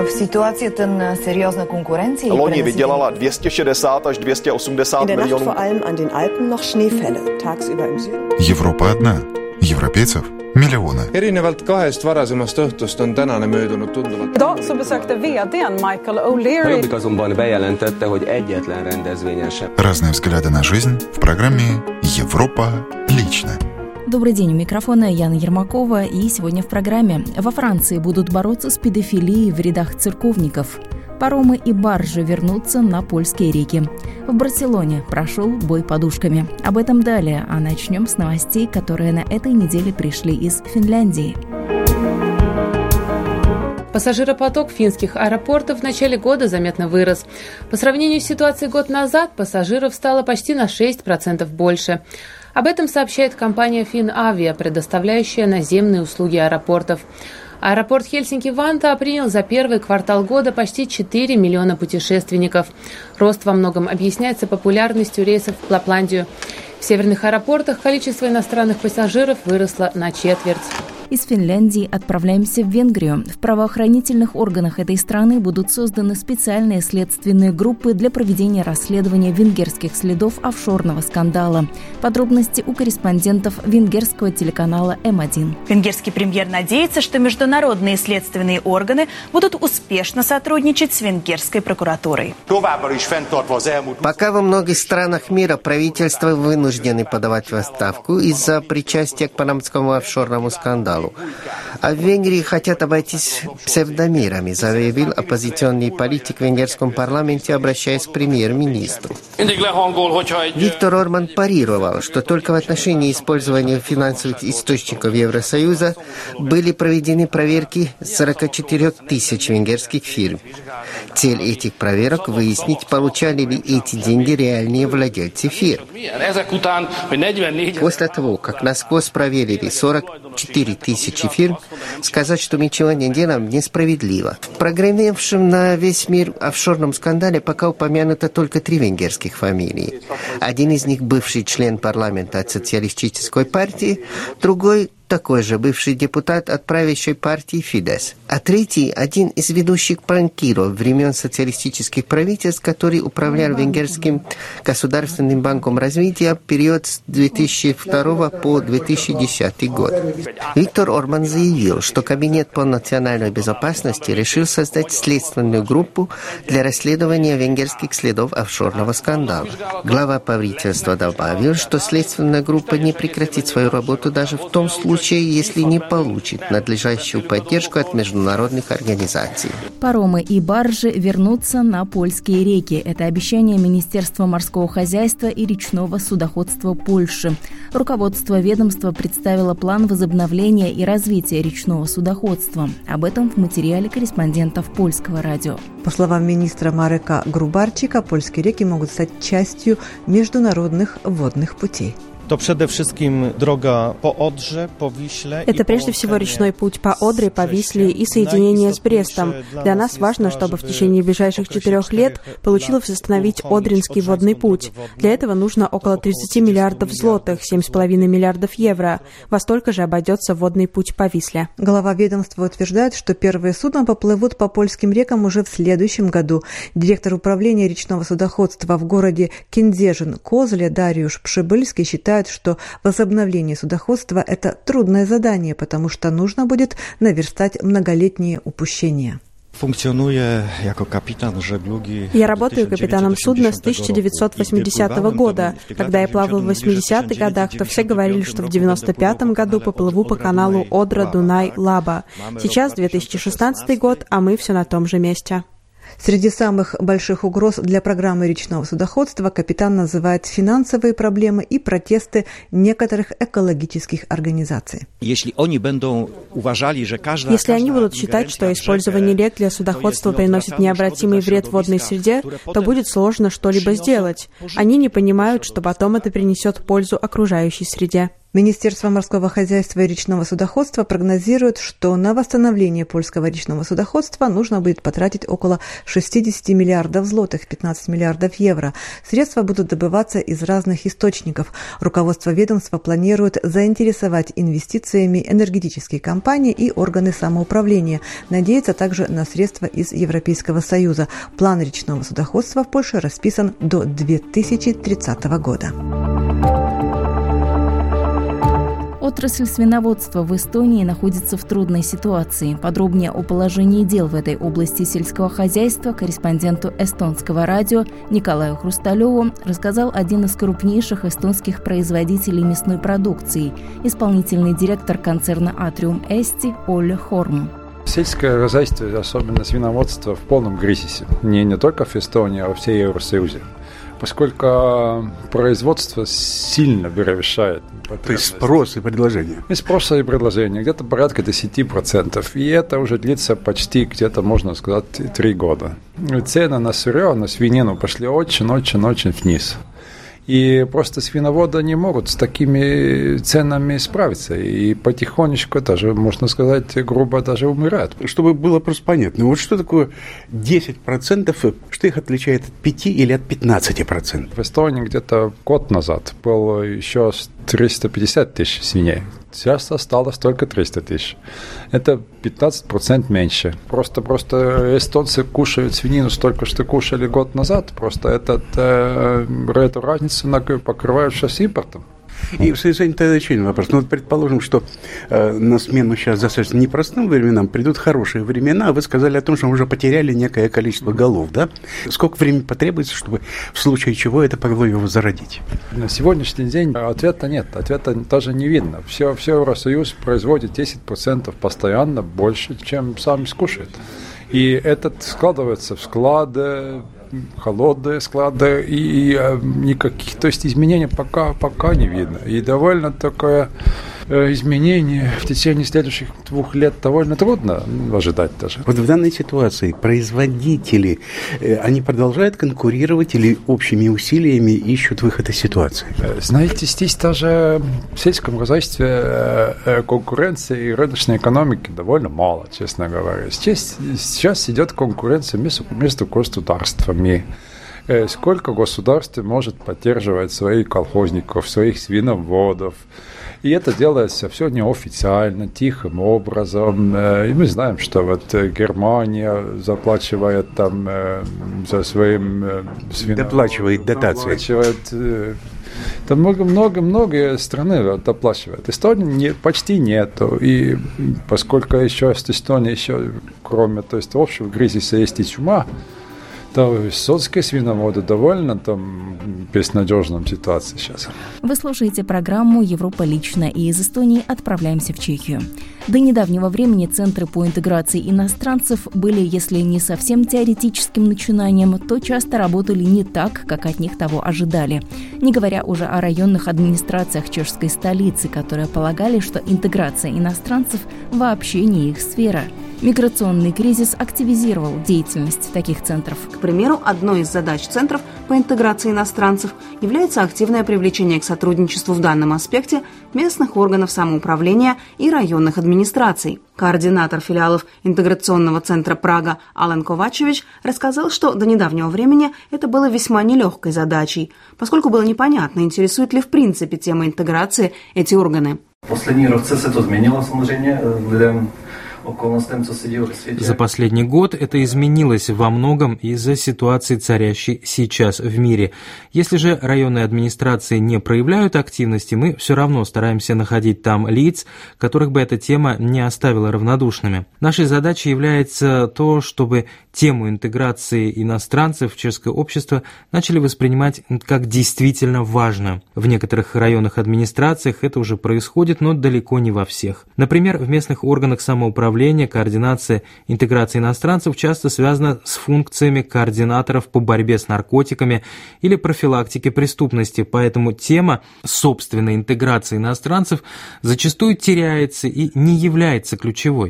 В ситуацията на сериозна конкуренция. Loni vydělala 260 až 280 milionů. Vor allem an den Alpen noch Schneefälle. Tagsüber im Süden. Европа одна. Европейцев миллионы. Erinevalt kahest varasemast õhtust on tänane möödunud tunduvalt. Idag så besökte VD:n Michael O'Leary. Jobbik azonban bejelentette, hogy egyetlen rendezvényen sem. Разные взгляды на жизнь в программе «Европа лично». Добрый день, у микрофона Яна Ермакова, и сегодня в программе: во Франции будут бороться с педофилией в рядах церковников. Паромы и баржи вернутся на польские реки. В Барселоне прошел бой подушками. Об этом далее, а начнем с новостей, которые на этой неделе пришли из Финляндии. Пассажиропоток финских аэропортов в начале года заметно вырос. По сравнению с ситуацией год назад, пассажиров стало почти на 6% больше. Об этом сообщает компания Finavia, предоставляющая наземные услуги аэропортов. Аэропорт Хельсинки-Ванта принял за первый квартал года почти 4 миллиона путешественников. Рост во многом объясняется популярностью рейсов в Лапландию. В северных аэропортах количество иностранных пассажиров выросло на четверть. Из Финляндии отправляемся в Венгрию. В правоохранительных органах этой страны будут созданы специальные следственные группы для проведения расследования венгерских следов офшорного скандала. Подробности у корреспондентов венгерского телеканала М1. Венгерский премьер надеется, что международные следственные органы будут успешно сотрудничать с венгерской прокуратурой. Пока во многих странах мира правительства вынуждены подавать в отставку из-за причастия к панамскому офшорному скандалу. А в Венгрии хотят обойтись псевдомерами, заявил оппозиционный политик в венгерском парламенте, обращаясь к премьер-министру. Виктор Орбан парировал, что только в отношении использования финансовых источников Евросоюза были проведены проверки 44 тысяч венгерских фирм. Цель этих проверок – выяснить, получали ли эти деньги реальные владельцы фирм. После того, как насквозь проверили 44 тысячи фирм, сказать, что ничего не делаем, несправедливо. В прогремевшем на весь мир офшорном скандале пока упомянуто только 3 венгерских фамилии. Один из них бывший член парламента от социалистической партии, другой такой же бывший депутат от правящей партии Фидес. А третий – один из ведущих банкиров времен социалистических правительств, который управлял Венгерским государственным банком развития в период с 2002 по 2010 год. Виктор Орбан заявил, что Кабинет по национальной безопасности решил создать следственную группу для расследования венгерских следов офшорного скандала. Глава правительства добавил, что следственная группа не прекратит свою работу даже в том случае, если не получит надлежащую поддержку от международных организаций. Паромы и баржи вернутся на польские реки. Это обещание Министерства морского хозяйства и речного судоходства Польши. Руководство ведомства представило план возобновления и развития речного судоходства. Об этом в материале корреспондентов Польского радио. По словам министра Марека Грубарчика, польские реки могут стать частью международных водных путей. Это прежде всего речной путь по Одре, по Висле и соединение с Брестом. Для нас важно, чтобы в течение ближайших 4 лет получилось восстановить Одринский водный путь. Для этого нужно около 30 миллиардов злотых, 7,5 миллиардов евро. Во столько же обойдется водный путь по Висле. Глава ведомства утверждает, что первые судна поплывут по польским рекам уже в следующем году. Директор управления речного судоходства в городе Кенdzierzyn-Koźle Dariusz Przybylski считает, что возобновление судоходства – это трудное задание, потому что нужно будет наверстать многолетние упущения. Я работаю капитаном судна с 1980 года. Когда я плавал в 80-х годах, то все говорили, что в 95-м году поплыву по каналу Одра-Дунай-Лаба. Сейчас 2016 год, а мы все на том же месте. Среди самых больших угроз для программы речного судоходства капитан называет финансовые проблемы и протесты некоторых экологических организаций. Если они будут считать, что использование рек для судоходства приносит необратимый вред водной среде, то будет сложно что-либо сделать. Они не понимают, что потом это принесет пользу окружающей среде. Министерство морского хозяйства и речного судоходства прогнозирует, что на восстановление польского речного судоходства нужно будет потратить около 60 миллиардов злотых, 15 миллиардов евро. Средства будут добываться из разных источников. Руководство ведомства планирует заинтересовать инвестициями энергетические компании и органы самоуправления. Надеется также на средства из Европейского Союза. План речного судоходства в Польше расписан до 2030 года. Отрасль свиноводства в Эстонии находится в трудной ситуации. Подробнее о положении дел в этой области сельского хозяйства корреспонденту эстонского радио Николаю Хрусталеву рассказал один из крупнейших эстонских производителей мясной продукции, исполнительный директор концерна Atrium Eesti Olle Horm. Сельское хозяйство, особенно свиноводство, в полном кризисе. Не только в Эстонии, а во всей Евросоюзе. Поскольку производство сильно превышает потребность. То есть спрос и предложение? И спрос и предложение. Где-то порядка 10%. И это уже длится почти, где-то, можно сказать, 3 года. Цены на сырье, на свинину пошли очень вниз. И просто свиноводы не могут с такими ценами справиться. И потихонечку, даже, можно сказать, грубо даже умирают. Чтобы было просто понятно, вот что такое 10%, что их отличает от 5 или от 15%? В Эстонии где-то год назад было еще 350 тысяч свиней. Сейчас осталось только 300 тысяч. Это 15% меньше. Просто эстонцы кушают свинину столько, что кушали год назад. Просто эту разницу покрывают сейчас импортом. И в связи с этим тогда еще один вопрос. Ну, вот предположим, что на смену сейчас достаточно непростым временам придут хорошие времена, а вы сказали о том, что мы уже потеряли некое количество голов, да? Сколько времени потребуется, чтобы в случае чего это поголовье возродить? На сегодняшний день ответа нет, ответа даже не видно. Все Евросоюз производит 10% постоянно больше, чем сами скушает. И это складывается в склады, холодные склады, и никаких, то есть изменений пока не видно. И довольно такое изменение в течение следующих 2 лет довольно трудно ожидать даже. Вот в данной ситуации производители, они продолжают конкурировать или общими усилиями ищут выход из ситуации? Знаете, здесь даже в сельском хозяйстве конкуренции и рыночной экономики довольно мало, честно говоря. Сейчас идет конкуренция между государствами. Сколько государств может поддерживать своих колхозников, своих свиноводов. И это делается все неофициально, тихим образом. И мы знаем, что вот Германия заплачивает там за своим свиноводом. Доплачивает дотации. Там много страны доплачивают. Эстонии почти нету. И поскольку еще Эстония, кроме общего кризиса, есть и чума, то эстонские свиноводы довольно безнадежном ситуации сейчас. Вы слушаете программу «Европа лично», и из Эстонии отправляемся в Чехию. До недавнего времени центры по интеграции иностранцев были, если не совсем теоретическим начинанием, то часто работали не так, как от них того ожидали. Не говоря уже о районных администрациях чешской столицы, которые полагали, что интеграция иностранцев вообще не их сфера. Миграционный кризис активизировал деятельность таких центров. К примеру, одной из задач центров по интеграции иностранцев является активное привлечение к сотрудничеству в данном аспекте местных органов самоуправления и районных администраций. Координатор филиалов интеграционного центра Прага Ален Ковачевич рассказал, что до недавнего времени это было весьма нелегкой задачей, поскольку было непонятно, интересует ли в принципе тема интеграции эти органы. Последний roce se to změnilo samozřejmě lidem. За последний год это изменилось во многом из-за ситуации, царящей сейчас в мире. Если же районные администрации не проявляют активности, мы все равно стараемся находить там лиц, которых бы эта тема не оставила равнодушными. Нашей задачей является то, чтобы тему интеграции иностранцев в чешское общество начали воспринимать как действительно важную. В некоторых районных администрациях это уже происходит, но далеко не во всех. Например, в местных органах самоуправления координация интеграции иностранцев часто связана с функциями координаторов по борьбе с наркотиками или профилактике преступности, поэтому тема собственной интеграции иностранцев зачастую теряется и не является ключевой.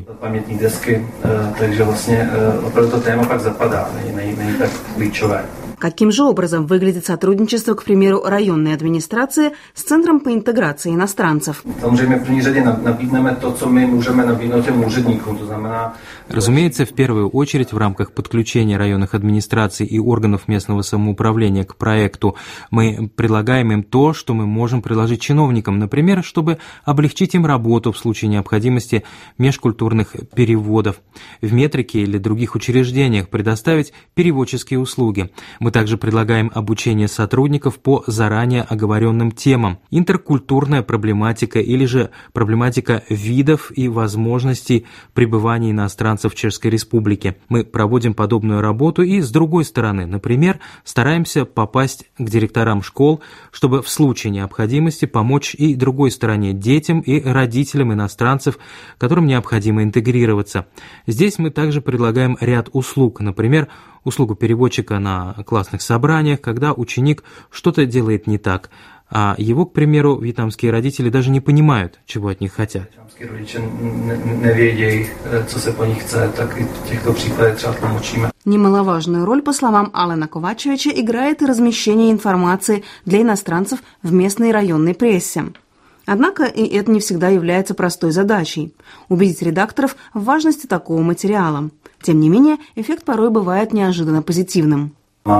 Каким же образом выглядит сотрудничество, к примеру, районной администрации с Центром по интеграции иностранцев? Разумеется, в первую очередь в рамках подключения районных администраций и органов местного самоуправления к проекту мы предлагаем им то, что мы можем предложить чиновникам, например, чтобы облегчить им работу в случае необходимости межкультурных переводов, в метрике или других учреждениях предоставить переводческие услуги. Мы также предлагаем обучение сотрудников по заранее оговоренным темам, интеркультурная проблематика или же проблематика видов и возможностей пребывания иностранцев в Чешской Республике. Мы проводим подобную работу и с другой стороны, например, стараемся попасть к директорам школ, чтобы в случае необходимости помочь и другой стороне, детям и родителям иностранцев, которым необходимо интегрироваться. Здесь мы также предлагаем ряд услуг, например, услугу переводчика на классных собраниях, когда ученик что-то делает не так, а его, к примеру, вьетнамские родители даже не понимают, чего от них хотят. Немаловажную роль, по словам Алена Ковачевича, играет и размещение информации для иностранцев в местной и районной прессе. Однако и это не всегда является простой задачей – убедить редакторов в важности такого материала. Тем не менее, эффект порой бывает неожиданно позитивным.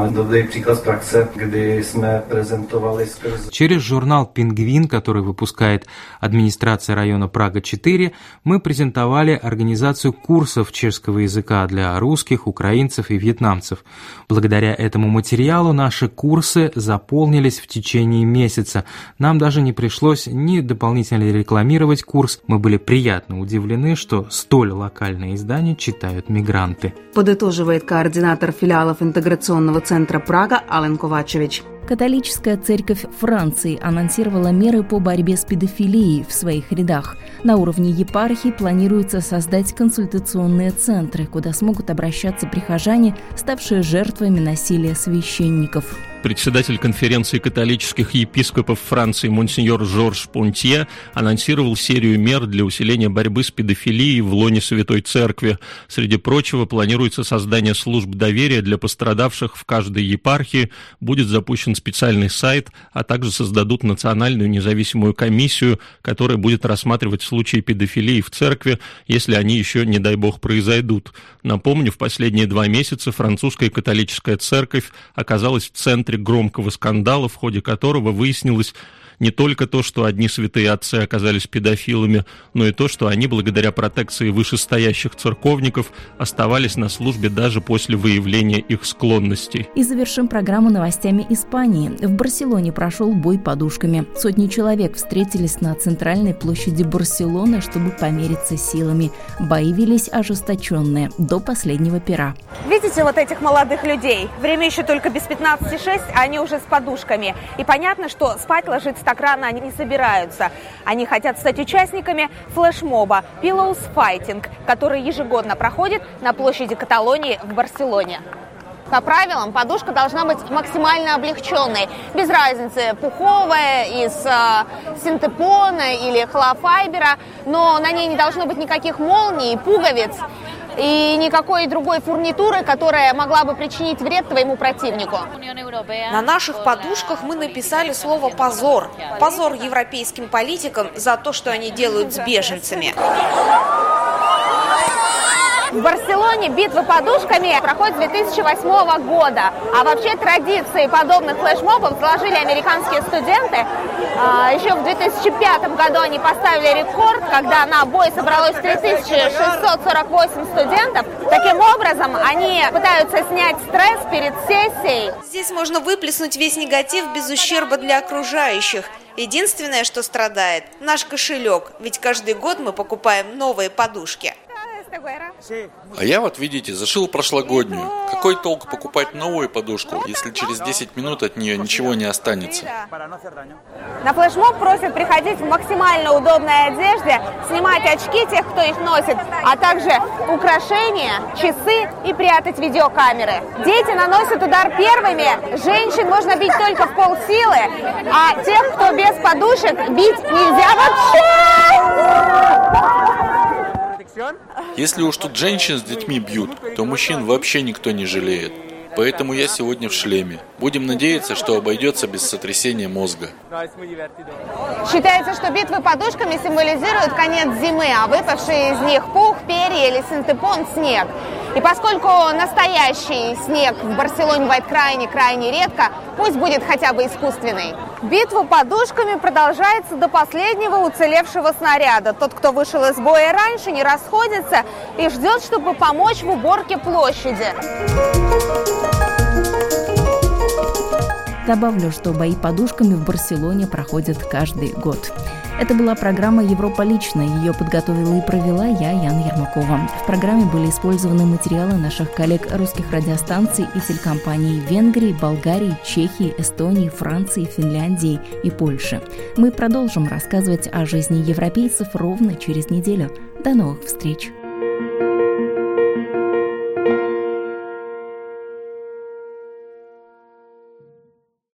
Через журнал «Пингвин», который выпускает администрация района Прага-4, мы презентовали организацию курсов чешского языка для русских, украинцев и вьетнамцев. Благодаря этому материалу наши курсы заполнились в течение месяца. Нам даже не пришлось ни дополнительно рекламировать курс. Мы были приятно удивлены, что столь локальное издание читают мигранты. Подытоживает координатор филиалов интеграционного центра Прага Ален Ковачевич. Католическая церковь Франции анонсировала меры по борьбе с педофилией в своих рядах. На уровне епархии планируется создать консультационные центры, куда смогут обращаться прихожане, ставшие жертвами насилия священников. Председатель конференции католических епископов Франции монсеньор Жорж Понтье анонсировал серию мер для усиления борьбы с педофилией в лоне Святой Церкви. Среди прочего, планируется создание служб доверия для пострадавших в каждой епархии, будет запущен специальный сайт, а также создадут национальную независимую комиссию, которая будет рассматривать случаи педофилии в церкви, если они еще, не дай бог, произойдут. Напомню, в последние 2 месяца французская католическая церковь оказалась в центре громкого скандала, в ходе которого выяснилось не только то, что одни святые отцы оказались педофилами, но и то, что они, благодаря протекции вышестоящих церковников, оставались на службе даже после выявления их склонностей. И завершим программу новостями Испании. В Барселоне прошел бой подушками. Сотни человек встретились на центральной площади Барселоны, чтобы помериться силами. Бои велись ожесточенные, до последнего пера. Видите вот этих молодых людей? Время еще только без 15:06, а они уже с подушками. И понятно, что спать ложиться так рано они не собираются. Они хотят стать участниками флешмоба Pillows Fighting, который ежегодно проходит на площади Каталонии в Барселоне. По правилам, подушка должна быть максимально облегченной. Без разницы, пуховая, из синтепона или холофайбера, но на ней не должно быть никаких молний, пуговиц и никакой другой фурнитуры, которая могла бы причинить вред твоему противнику. На наших подушках мы написали слово «позор». Позор европейским политикам за то, что они делают с беженцами. В Барселоне битвы подушками проходят с 2008 года. А вообще традиции подобных флешмобов заложили американские студенты. Еще в 2005 году они поставили рекорд, когда на бой собралось 3648 студентов. Таким образом, они пытаются снять стресс перед сессией. Здесь можно выплеснуть весь негатив без ущерба для окружающих. Единственное, что страдает – наш кошелек, ведь каждый год мы покупаем новые подушки. А я вот, видите, зашил прошлогоднюю. Какой толк покупать новую подушку, если через 10 минут от нее ничего не останется? На флешмоб просят приходить в максимально удобной одежде, снимать очки тех, кто их носит, а также украшения, часы и прятать видеокамеры. Дети наносят удар первыми, женщин можно бить только в полсилы, а тех, кто без подушек, бить нельзя вообще! Если уж тут женщин с детьми бьют, то мужчин вообще никто не жалеет. Поэтому я сегодня в шлеме. Будем надеяться, что обойдется без сотрясения мозга. Считается, что битвы подушками символизируют конец зимы, а выпавший из них пух, перья или синтепон – снег. И поскольку настоящий снег в Барселоне бывает крайне редко, пусть будет хотя бы искусственный. Битва подушками продолжается до последнего уцелевшего снаряда. Тот, кто вышел из боя раньше, не расходится и ждет, чтобы помочь в уборке площади. Добавлю, что бои подушками в Барселоне проходят каждый год. Это была программа «Европа лично». Ее подготовила и провела я, Яна Ермакова. В программе были использованы материалы наших коллег русских радиостанций и телекомпаний Венгрии, Болгарии, Чехии, Эстонии, Франции, Финляндии и Польши. Мы продолжим рассказывать о жизни европейцев ровно через неделю. До новых встреч!